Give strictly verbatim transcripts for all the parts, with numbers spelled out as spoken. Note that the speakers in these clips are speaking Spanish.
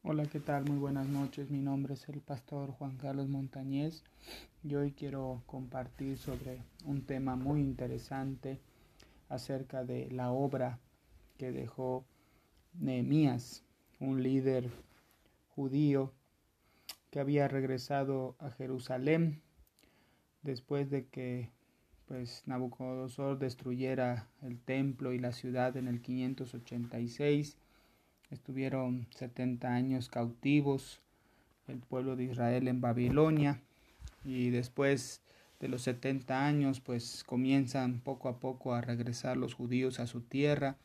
Hola, ¿qué tal? Muy buenas noches. Mi nombre es el pastor Juan Carlos Montañez y hoy quiero compartir sobre un tema muy interesante acerca de la obra que dejó Nehemías, un líder judío que había regresado a Jerusalén después de que pues Nabucodonosor destruyera el templo y la ciudad en el quinientos ochenta y seis. Estuvieron setenta años cautivos el pueblo de Israel en Babilonia, y después de los setenta años pues comienzan poco a poco a regresar los judíos a su tierra,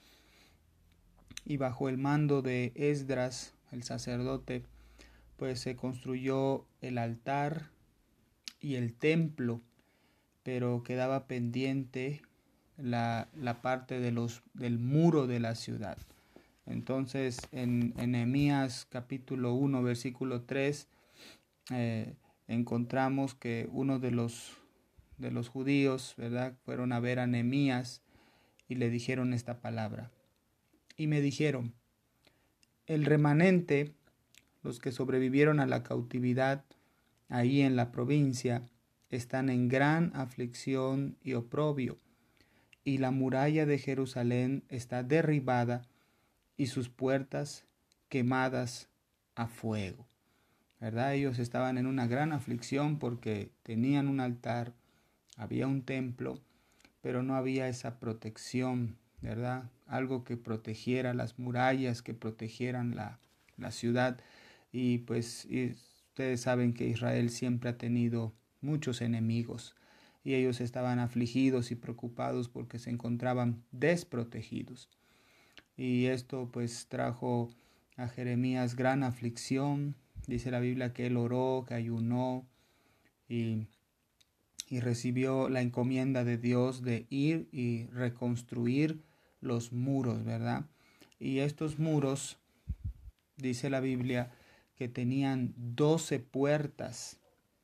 y bajo el mando de Esdras, el sacerdote, pues se construyó el altar y el templo, pero quedaba pendiente la, la parte de los, del muro de la ciudad. Entonces en, en Nehemías capítulo uno versículo tres eh, encontramos que uno de los, de los judíos, ¿verdad?, fueron a ver a Nehemías y le dijeron esta palabra. Y me dijeron: el remanente, los que sobrevivieron a la cautividad ahí en la provincia, están en gran aflicción y oprobio, y la muralla de Jerusalén está derribada y sus puertas quemadas a fuego. ¿Verdad? Ellos estaban en una gran aflicción porque tenían un altar, había un templo, pero no había esa protección, ¿verdad? Algo que protegiera las murallas, que protegieran la, la ciudad. Y pues y ustedes saben que Israel siempre ha tenido muchos enemigos, y ellos estaban afligidos y preocupados porque se encontraban desprotegidos. Y esto pues trajo a Jeremías gran aflicción. Dice la Biblia que él oró, que ayunó y, y recibió la encomienda de Dios de ir y reconstruir los muros, ¿verdad? Y estos muros, dice la Biblia, que tenían doce puertas.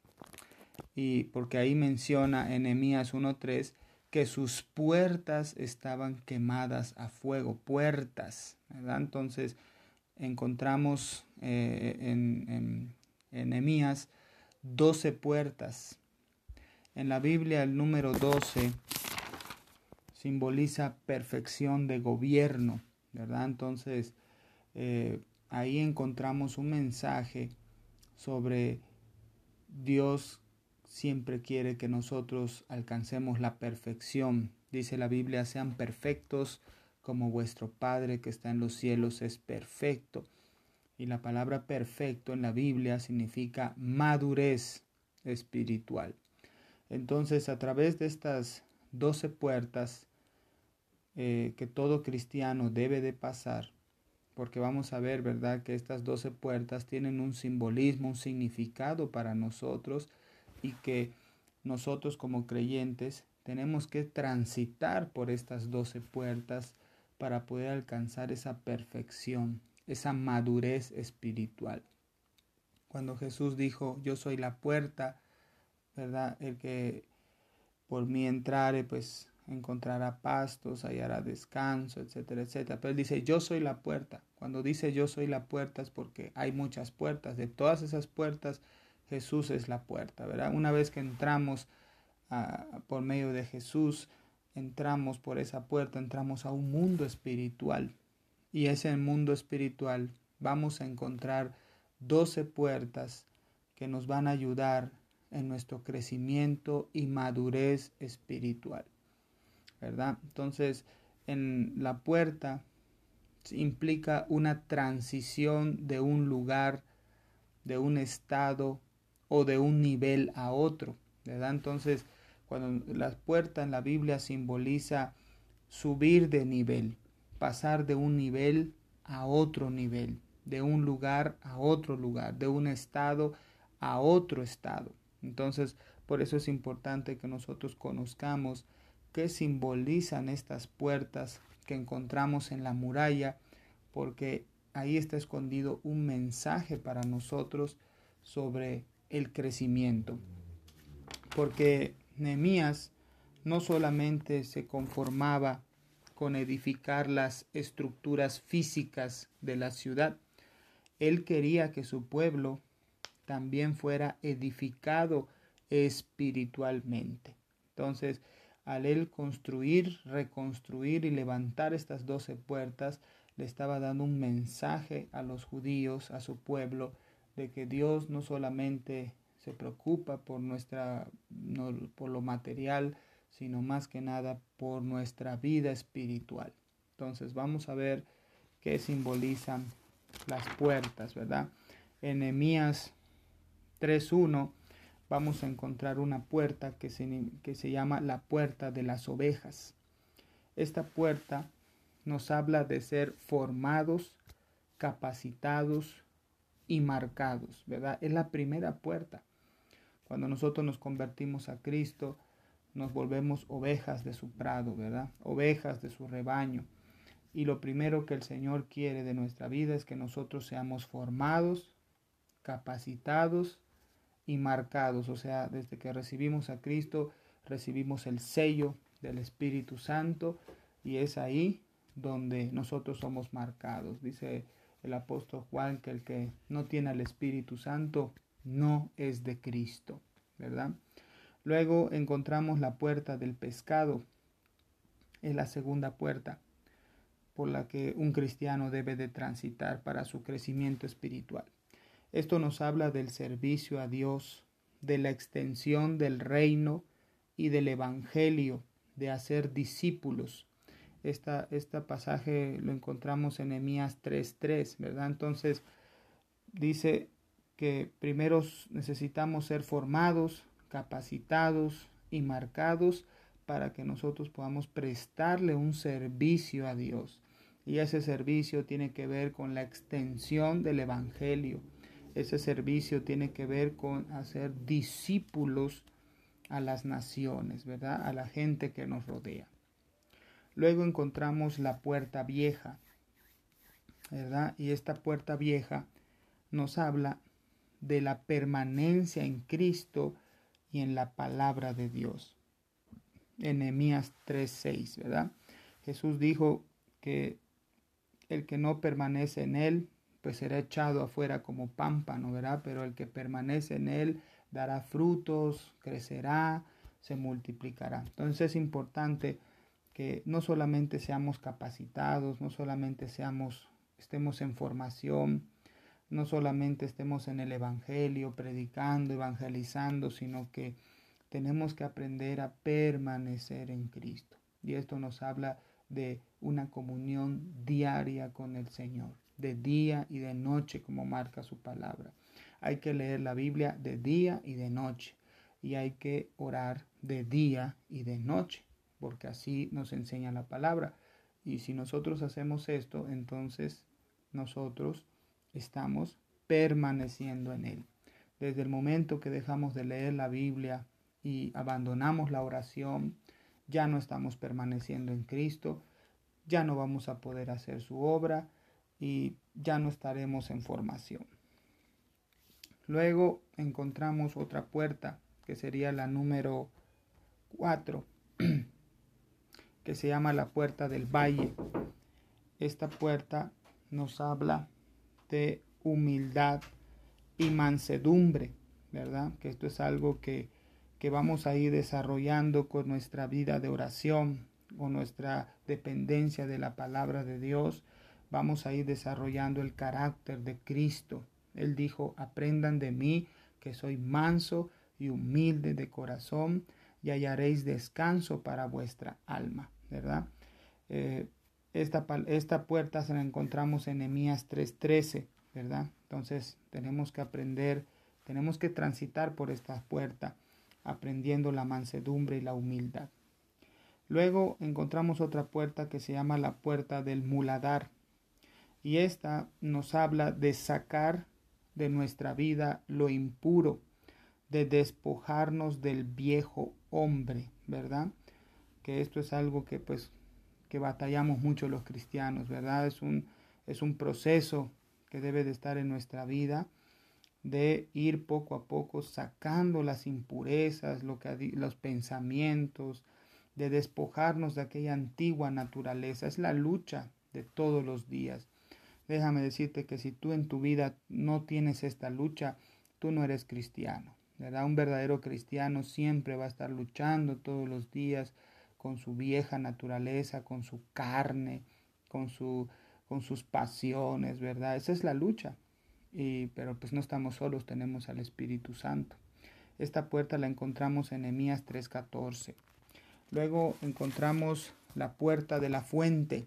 Y porque ahí menciona en Nehemías uno tres que sus puertas estaban quemadas a fuego, puertas, ¿verdad? Entonces encontramos eh, en, en, en Nehemías doce puertas. En la Biblia el número doce simboliza perfección de gobierno, ¿verdad? Entonces eh, ahí encontramos un mensaje sobre Dios siempre quiere que nosotros alcancemos la perfección. Dice la Biblia: sean perfectos como vuestro Padre que está en los cielos es perfecto. Y la palabra perfecto en la Biblia significa madurez espiritual. Entonces, a través de estas doce puertas eh, que todo cristiano debe de pasar, porque vamos a ver, ¿verdad?, que estas doce puertas tienen un simbolismo, un significado para nosotros, y que nosotros como creyentes tenemos que transitar por estas doce puertas para poder alcanzar esa perfección, esa madurez espiritual. Cuando Jesús dijo: yo soy la puerta, ¿verdad?, el que por mí entrare, pues encontrará pastos, hallará descanso, etcétera, etcétera. Pero él dice: yo soy la puerta. Cuando dice yo soy la puerta es porque hay muchas puertas. De todas esas puertas, Jesús es la puerta, ¿verdad? Una vez que entramos a, por medio de Jesús, entramos por esa puerta, entramos a un mundo espiritual. Y ese mundo espiritual vamos a encontrar doce puertas que nos van a ayudar en nuestro crecimiento y madurez espiritual, ¿verdad? Entonces, en la puerta implica una transición de un lugar, de un estado o de un nivel a otro, ¿verdad? Entonces, cuando la puerta en la Biblia simboliza subir de nivel, pasar de un nivel a otro nivel, de un lugar a otro lugar, de un estado a otro estado. Entonces, por eso es importante que nosotros conozcamos qué simbolizan estas puertas que encontramos en la muralla, porque ahí está escondido un mensaje para nosotros sobre el crecimiento. Porque Nehemías no solamente se conformaba con edificar las estructuras físicas de la ciudad, Él quería que su pueblo también fuera edificado espiritualmente. Entonces, al él construir, reconstruir y levantar estas doce puertas, le estaba dando un mensaje a los judíos, a su pueblo, de que Dios no solamente se preocupa por nuestra, no, por lo material, sino más que nada por nuestra vida espiritual. Entonces vamos a ver qué simbolizan las puertas, ¿verdad? En Nehemías tres uno vamos a encontrar una puerta que se, que se llama la puerta de las ovejas. Esta puerta nos habla de ser formados, capacitados y marcados, ¿verdad? Es la primera puerta. Cuando nosotros nos convertimos a Cristo, nos volvemos ovejas de su prado, ¿verdad? Ovejas de su rebaño. Y lo primero que el Señor quiere de nuestra vida es que nosotros seamos formados, capacitados y marcados. O sea, desde que recibimos a Cristo, recibimos el sello del Espíritu Santo y es ahí donde nosotros somos marcados. Dice el apóstol Juan que el que no tiene al Espíritu Santo no es de Cristo, ¿verdad? Luego encontramos la puerta del pescado. Es la segunda puerta por la que un cristiano debe de transitar para su crecimiento espiritual. Esto nos habla del servicio a Dios, de la extensión del reino y del evangelio, de hacer discípulos. Esta, este pasaje lo encontramos en Nehemías tres tres, ¿verdad? Entonces dice que primero necesitamos ser formados, capacitados y marcados para que nosotros podamos prestarle un servicio a Dios. Y ese servicio tiene que ver con la extensión del evangelio. Ese servicio tiene que ver con hacer discípulos a las naciones, ¿verdad? A la gente que nos rodea. Luego encontramos la puerta vieja, ¿verdad? Y esta puerta vieja nos habla de la permanencia en Cristo y en la palabra de Dios. En Nehemías tres seis, ¿verdad? Jesús dijo que el que no permanece en él, pues será echado afuera como pámpano, ¿verdad? Pero el que permanece en él dará frutos, crecerá, se multiplicará. Entonces es importante que no solamente seamos capacitados, no solamente seamos, estemos en formación, no solamente estemos en el evangelio, predicando, evangelizando, sino que tenemos que aprender a permanecer en Cristo. Y esto nos habla de una comunión diaria con el Señor, de día y de noche, como marca su palabra. Hay que leer la Biblia de día y de noche, y hay que orar de día y de noche, porque así nos enseña la palabra. Y si nosotros hacemos esto, entonces nosotros estamos permaneciendo en Él. Desde el momento que dejamos de leer la Biblia y abandonamos la oración, ya no estamos permaneciendo en Cristo, ya no vamos a poder hacer su obra y ya no estaremos en formación. Luego encontramos otra puerta que sería la número cuatro, que se llama la puerta del valle. Esta puerta nos habla de humildad y mansedumbre, ¿verdad? Que esto es algo que, que vamos a ir desarrollando con nuestra vida de oración o nuestra dependencia de la palabra de Dios. Vamos a ir desarrollando el carácter de Cristo. Él dijo, aprendan de mí que soy manso y humilde de corazón y hallaréis descanso para vuestra alma, ¿verdad? Eh, esta, esta puerta se la encontramos en Nehemías tres trece, ¿verdad? Entonces tenemos que aprender, tenemos que transitar por esta puerta, aprendiendo la mansedumbre y la humildad. Luego encontramos otra puerta que se llama la puerta del muladar. Y esta nos habla de sacar de nuestra vida lo impuro, de despojarnos del viejo hombre, ¿verdad? Que esto es algo que pues que batallamos mucho los cristianos, ¿verdad? Es un, es un proceso que debe de estar en nuestra vida, de ir poco a poco sacando las impurezas, lo que, los pensamientos, de despojarnos de aquella antigua naturaleza. Es la lucha de todos los días, déjame decirte que si tú en tu vida no tienes esta lucha, tú no eres cristiano, ¿verdad? Un verdadero cristiano siempre va a estar luchando todos los días con su vieja naturaleza, con su carne, con, su, con sus pasiones, ¿verdad? Esa es la lucha. Y, pero pues no estamos solos, tenemos al Espíritu Santo. Esta puerta la encontramos en Nehemías tres catorce. Luego encontramos la puerta de la fuente.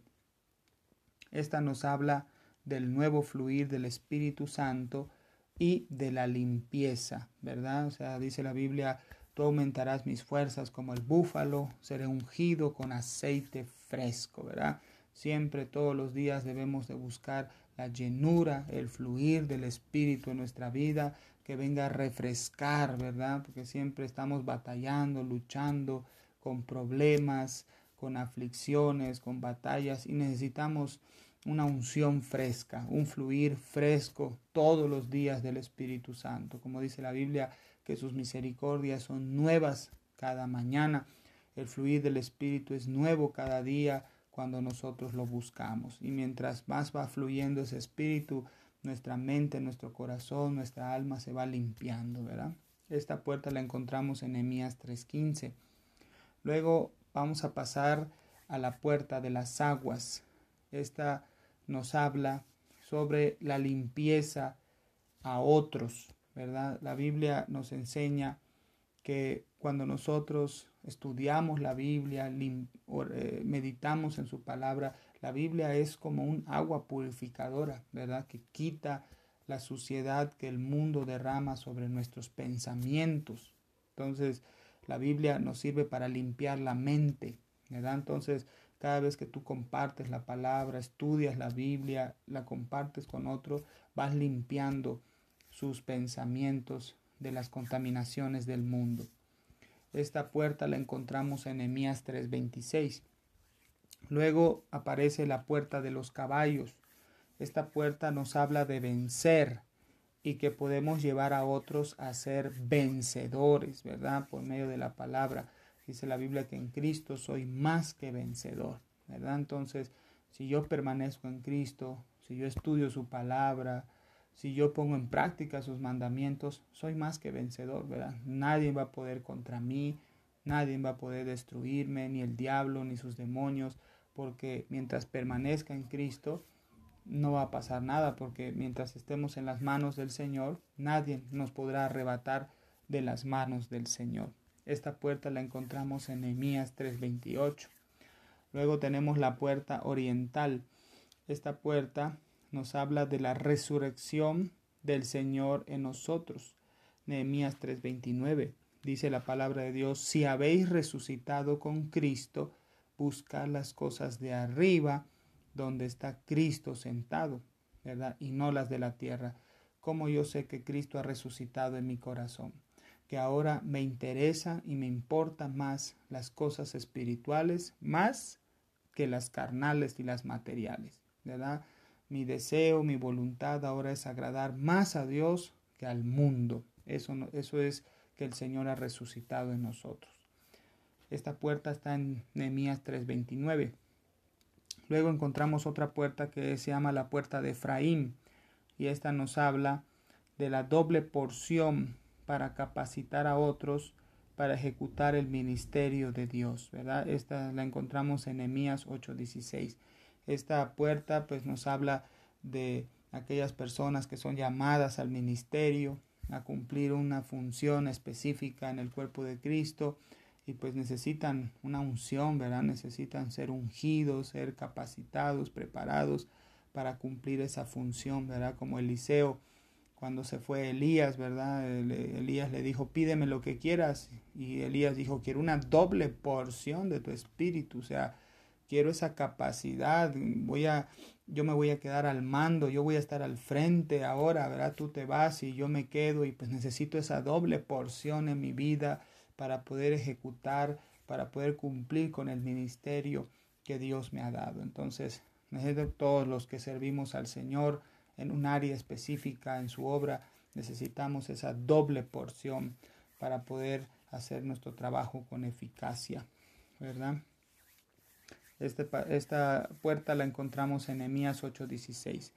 Esta nos habla del nuevo fluir del Espíritu Santo y de la limpieza, ¿verdad? O sea, dice la Biblia, tú aumentarás mis fuerzas como el búfalo, seré ungido con aceite fresco, ¿verdad? Siempre, todos los días debemos de buscar la llenura, el fluir del Espíritu en nuestra vida, que venga a refrescar, ¿verdad? Porque siempre estamos batallando, luchando con problemas, con aflicciones, con batallas, y necesitamos una unción fresca, un fluir fresco todos los días del Espíritu Santo. Como dice la Biblia, que sus misericordias son nuevas cada mañana. El fluir del Espíritu es nuevo cada día cuando nosotros lo buscamos. Y mientras más va fluyendo ese Espíritu, nuestra mente, nuestro corazón, nuestra alma se va limpiando, ¿verdad? Esta puerta la encontramos en Nehemías tres quince. Luego vamos a pasar a la puerta de las aguas. Esta nos habla sobre la limpieza a otros, ¿verdad? La Biblia nos enseña que cuando nosotros estudiamos la Biblia, lim, eh, meditamos en su palabra, la Biblia es como un agua purificadora, ¿verdad? Que quita la suciedad que el mundo derrama sobre nuestros pensamientos. Entonces, la Biblia nos sirve para limpiar la mente, ¿verdad? Entonces, cada vez que tú compartes la palabra, estudias la Biblia, la compartes con otro, vas limpiando sus pensamientos de las contaminaciones del mundo. Esta puerta la encontramos en Nehemías tres veintiséis. Luego aparece la puerta de los caballos. Esta puerta nos habla de vencer y que podemos llevar a otros a ser vencedores, ¿verdad? Por medio de la palabra. Dice la Biblia que en Cristo soy más que vencedor, ¿verdad? Entonces, si yo permanezco en Cristo, si yo estudio su palabra, si yo pongo en práctica sus mandamientos, soy más que vencedor, ¿verdad? Nadie va a poder contra mí, nadie va a poder destruirme, ni el diablo, ni sus demonios, porque mientras permanezca en Cristo, no va a pasar nada, porque mientras estemos en las manos del Señor, nadie nos podrá arrebatar de las manos del Señor. Esta puerta la encontramos en Nehemías tres veintiocho. Luego tenemos la puerta oriental. Esta puerta nos habla de la resurrección del Señor en nosotros. Nehemías tres veintinueve. Dice la palabra de Dios, si habéis resucitado con Cristo, buscad las cosas de arriba, donde está Cristo sentado, ¿verdad? Y no las de la tierra. Como yo sé que Cristo ha resucitado en mi corazón, que ahora me interesa y me importan más las cosas espirituales, más que las carnales y las materiales, ¿verdad? Mi deseo, mi voluntad ahora es agradar más a Dios que al mundo. Eso, no, eso es que el Señor ha resucitado en nosotros. Esta puerta está en Nehemías tres veintinueve. Luego encontramos otra puerta que se llama la puerta de Efraín, y esta nos habla de la doble porción para capacitar a otros para ejecutar el ministerio de Dios, ¿verdad? Esta la encontramos en Nehemías ocho dieciséis. Esta puerta pues nos habla de aquellas personas que son llamadas al ministerio, a cumplir una función específica en el cuerpo de Cristo, y pues necesitan una unción, ¿verdad? Necesitan ser ungidos, ser capacitados, preparados para cumplir esa función, ¿verdad? Como Eliseo, cuando se fue Elías, ¿verdad? Elías le dijo, pídeme lo que quieras, y Elías dijo, quiero una doble porción de tu espíritu, o sea, quiero esa capacidad, voy a, yo me voy a quedar al mando, yo voy a estar al frente ahora, ¿verdad? Tú te vas y yo me quedo, y pues necesito esa doble porción en mi vida para poder ejecutar, para poder cumplir con el ministerio que Dios me ha dado. Entonces, necesito todos los que servimos al Señor en un área específica en su obra, necesitamos esa doble porción para poder hacer nuestro trabajo con eficacia, ¿verdad? Este, esta puerta la encontramos en Nehemías ocho dieciséis.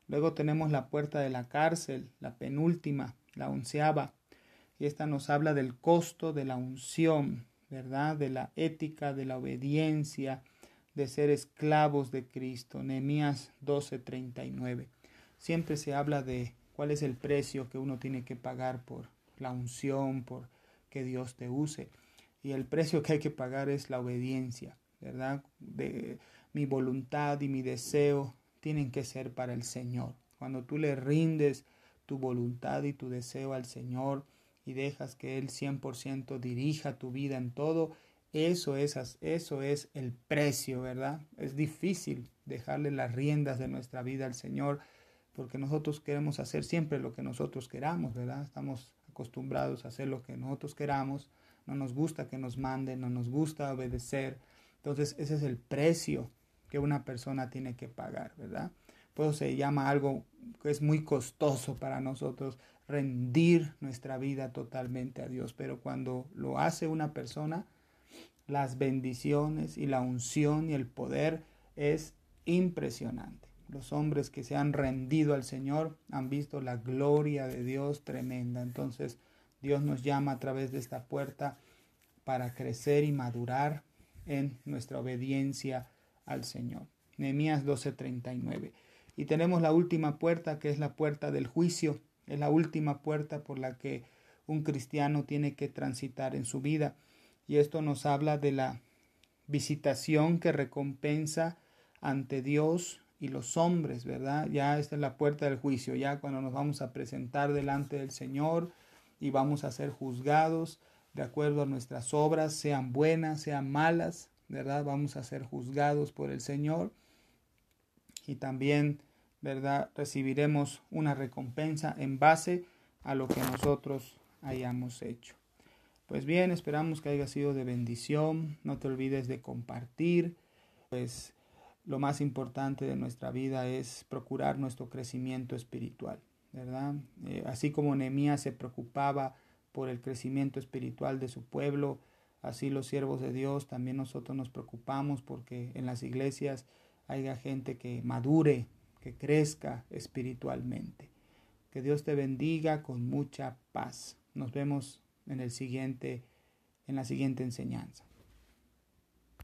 Luego tenemos la puerta de la cárcel, la penúltima, la onceava. Y esta nos habla del costo de la unción, ¿verdad? De la ética, de la obediencia, de ser esclavos de Cristo. Nehemías doce, treinta y nueve. Siempre se habla de cuál es el precio que uno tiene que pagar por la unción, por que Dios te use. Y el precio que hay que pagar es la obediencia, ¿verdad? De, mi voluntad y mi deseo tienen que ser para el Señor. Cuando tú le rindes tu voluntad y tu deseo al Señor y dejas que Él cien por ciento dirija tu vida en todo, eso es, eso es el precio, ¿verdad? Es difícil dejarle las riendas de nuestra vida al Señor porque nosotros queremos hacer siempre lo que nosotros queramos, ¿verdad? Estamos acostumbrados a hacer lo que nosotros queramos, no nos gusta que nos manden, no nos gusta obedecer. Entonces ese es el precio que una persona tiene que pagar, ¿verdad? Por eso se llama algo que es muy costoso para nosotros, rendir nuestra vida totalmente a Dios. Pero cuando lo hace una persona, las bendiciones y la unción y el poder es impresionante. Los hombres que se han rendido al Señor han visto la gloria de Dios tremenda. Entonces Dios nos llama a través de esta puerta para crecer y madurar en nuestra obediencia al Señor. Nehemías doce, treinta y nueve. Y tenemos la última puerta, que es la puerta del juicio. Es la última puerta por la que un cristiano tiene que transitar en su vida. Y esto nos habla de la visitación que recompensa ante Dios y los hombres, ¿verdad? Ya esta es la puerta del juicio, ya cuando nos vamos a presentar delante del Señor y vamos a ser juzgados de acuerdo a nuestras obras, sean buenas, sean malas, ¿verdad? Vamos a ser juzgados por el Señor y también, ¿verdad? Recibiremos una recompensa en base a lo que nosotros hayamos hecho. Pues bien, esperamos que haya sido de bendición. No te olvides de compartir. Pues lo más importante de nuestra vida es procurar nuestro crecimiento espiritual, ¿verdad? Eh, así como Nehemías se preocupaba por el crecimiento espiritual de su pueblo, así los siervos de Dios también nosotros nos preocupamos porque en las iglesias haya gente que madure, que crezca espiritualmente. Que Dios te bendiga con mucha paz. Nos vemos en el siguiente, en la siguiente enseñanza.